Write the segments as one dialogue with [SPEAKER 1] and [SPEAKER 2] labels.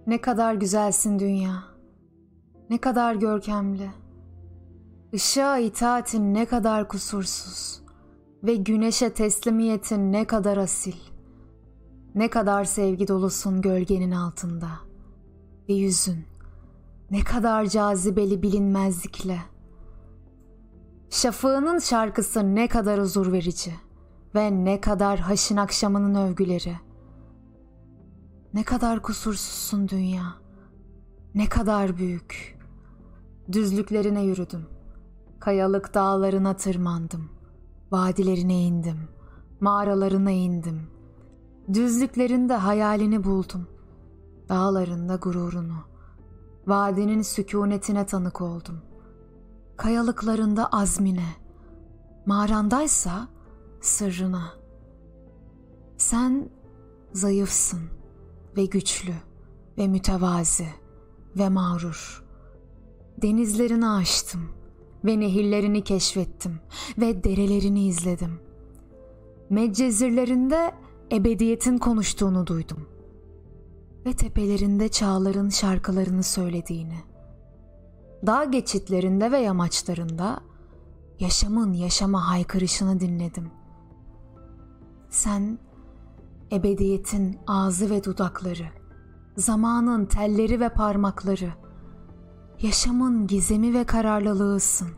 [SPEAKER 1] Ne kadar güzelsin dünya, ne kadar görkemli. Işığa itaatin ne kadar kusursuz ve güneşe teslimiyetin ne kadar asil. Ne kadar sevgi dolusun gölgenin altında ve yüzün ne kadar cazibeli bilinmezlikle. Şafağının şarkısı ne kadar huzur verici ve ne kadar haşin akşamının övgüleri. Ne kadar kusursuzsun dünya, ne kadar büyük. Düzlüklerine yürüdüm, kayalık dağlarına tırmandım, vadilerine indim, mağaralarına indim. Düzlüklerinde hayalini buldum, dağlarında gururunu, vadinin sükunetine tanık oldum. Kayalıklarında azmine, mağarandaysa sırrına. Sen zayıfsın ve güçlü ve mütevazi ve mağrur. Denizlerini aştım ve nehirlerini keşfettim ve derelerini izledim. Medcezirlerinde ebediyetin konuştuğunu duydum ve tepelerinde çağların şarkılarını söylediğini. Dağ geçitlerinde ve yamaçlarında yaşamın yaşama haykırışını dinledim. Sen ebediyetin ağzı ve dudakları, zamanın telleri ve parmakları, yaşamın gizemi ve kararlılığısın.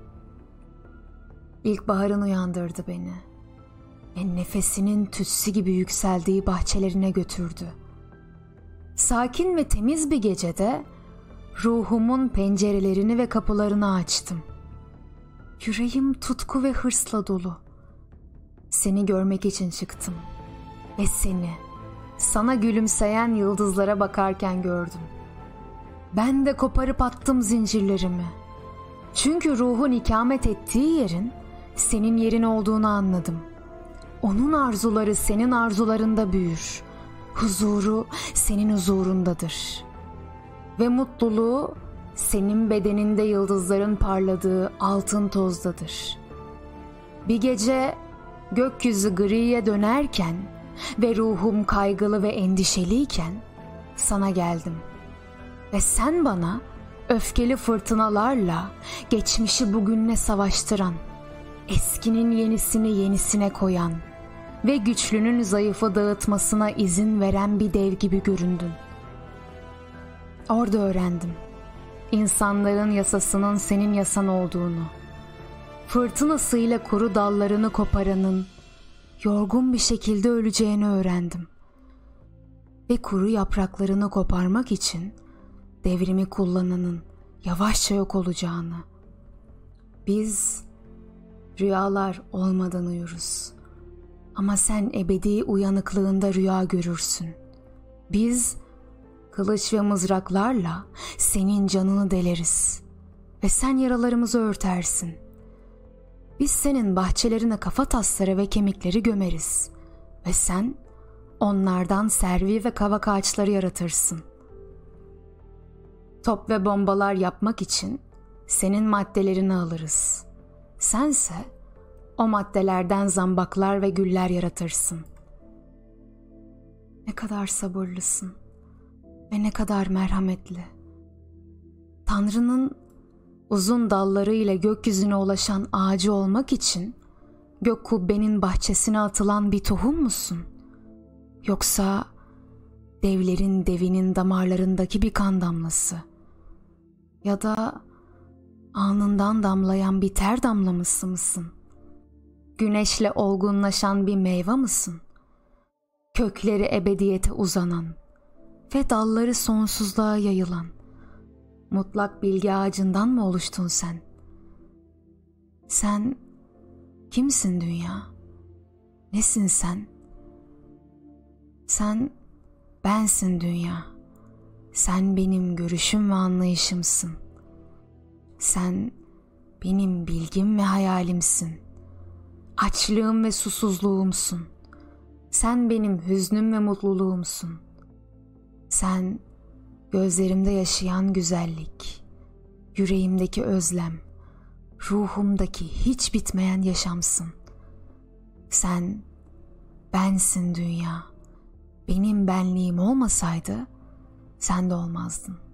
[SPEAKER 1] İlkbaharın uyandırdı beni ve nefesinin tütsü gibi yükseldiği bahçelerine götürdü. Sakin ve temiz bir gecede ruhumun pencerelerini ve kapılarını açtım. Yüreğim tutku ve hırsla dolu. Seni görmek için çıktım ve seni, sana gülümseyen yıldızlara bakarken gördüm. Ben de koparıp attım zincirlerimi. Çünkü ruhun ikamet ettiği yerin senin yerin olduğunu anladım. Onun arzuları senin arzularında büyür. Huzuru senin huzurundadır. Ve mutluluğu senin bedeninde yıldızların parladığı altın tozdadır. Bir gece gökyüzü griye dönerken ve ruhum kaygılı ve endişeliyken sana geldim. Ve sen bana öfkeli fırtınalarla geçmişi bugünle savaştıran, eskinin yenisini yenisine koyan ve güçlünün zayıfı dağıtmasına izin veren bir dev gibi göründün. Orada öğrendim insanların yasasının senin yasan olduğunu, fırtınasıyla kuru dallarını koparanın yorgun bir şekilde öleceğini öğrendim. Ve kuru yapraklarını koparmak için devrimi kullananın yavaşça yok olacağını. Biz rüyalar olmadan uyuruz. Ama sen ebedi uyanıklığında rüya görürsün. Biz kılıç ve mızraklarla senin canını deleriz ve sen yaralarımızı örtersin. Biz senin bahçelerine kafatasları ve kemikleri gömeriz ve sen onlardan servi ve kavak ağaçları yaratırsın. Top ve bombalar yapmak için senin maddelerini alırız. Sense o maddelerden zambaklar ve güller yaratırsın. Ne kadar sabırlısın ve ne kadar merhametli. Tanrı'nın uzun dalları ile gökyüzüne ulaşan ağacı olmak için gök kubbenin bahçesine atılan bir tohum musun? Yoksa devlerin devinin damarlarındaki bir kan damlası? Ya da alnından damlayan bir ter damlaması mısın? Güneşle olgunlaşan bir meyve mısın? Kökleri ebediyete uzanan ve dalları sonsuzluğa yayılan mutlak bilgi ağacından mı oluştun sen? Sen kimsin dünya? Nesin sen? Sen bensin dünya. Sen benim görüşüm ve anlayışımsın. Sen benim bilgim ve hayalimsin. Açlığım ve susuzluğumsun. Sen benim hüznüm ve mutluluğumsun. Sen gözlerimde yaşayan güzellik, yüreğimdeki özlem, ruhumdaki hiç bitmeyen yaşamsın. Sen bensin dünya. Benim benliğim olmasaydı sen de olmazdın.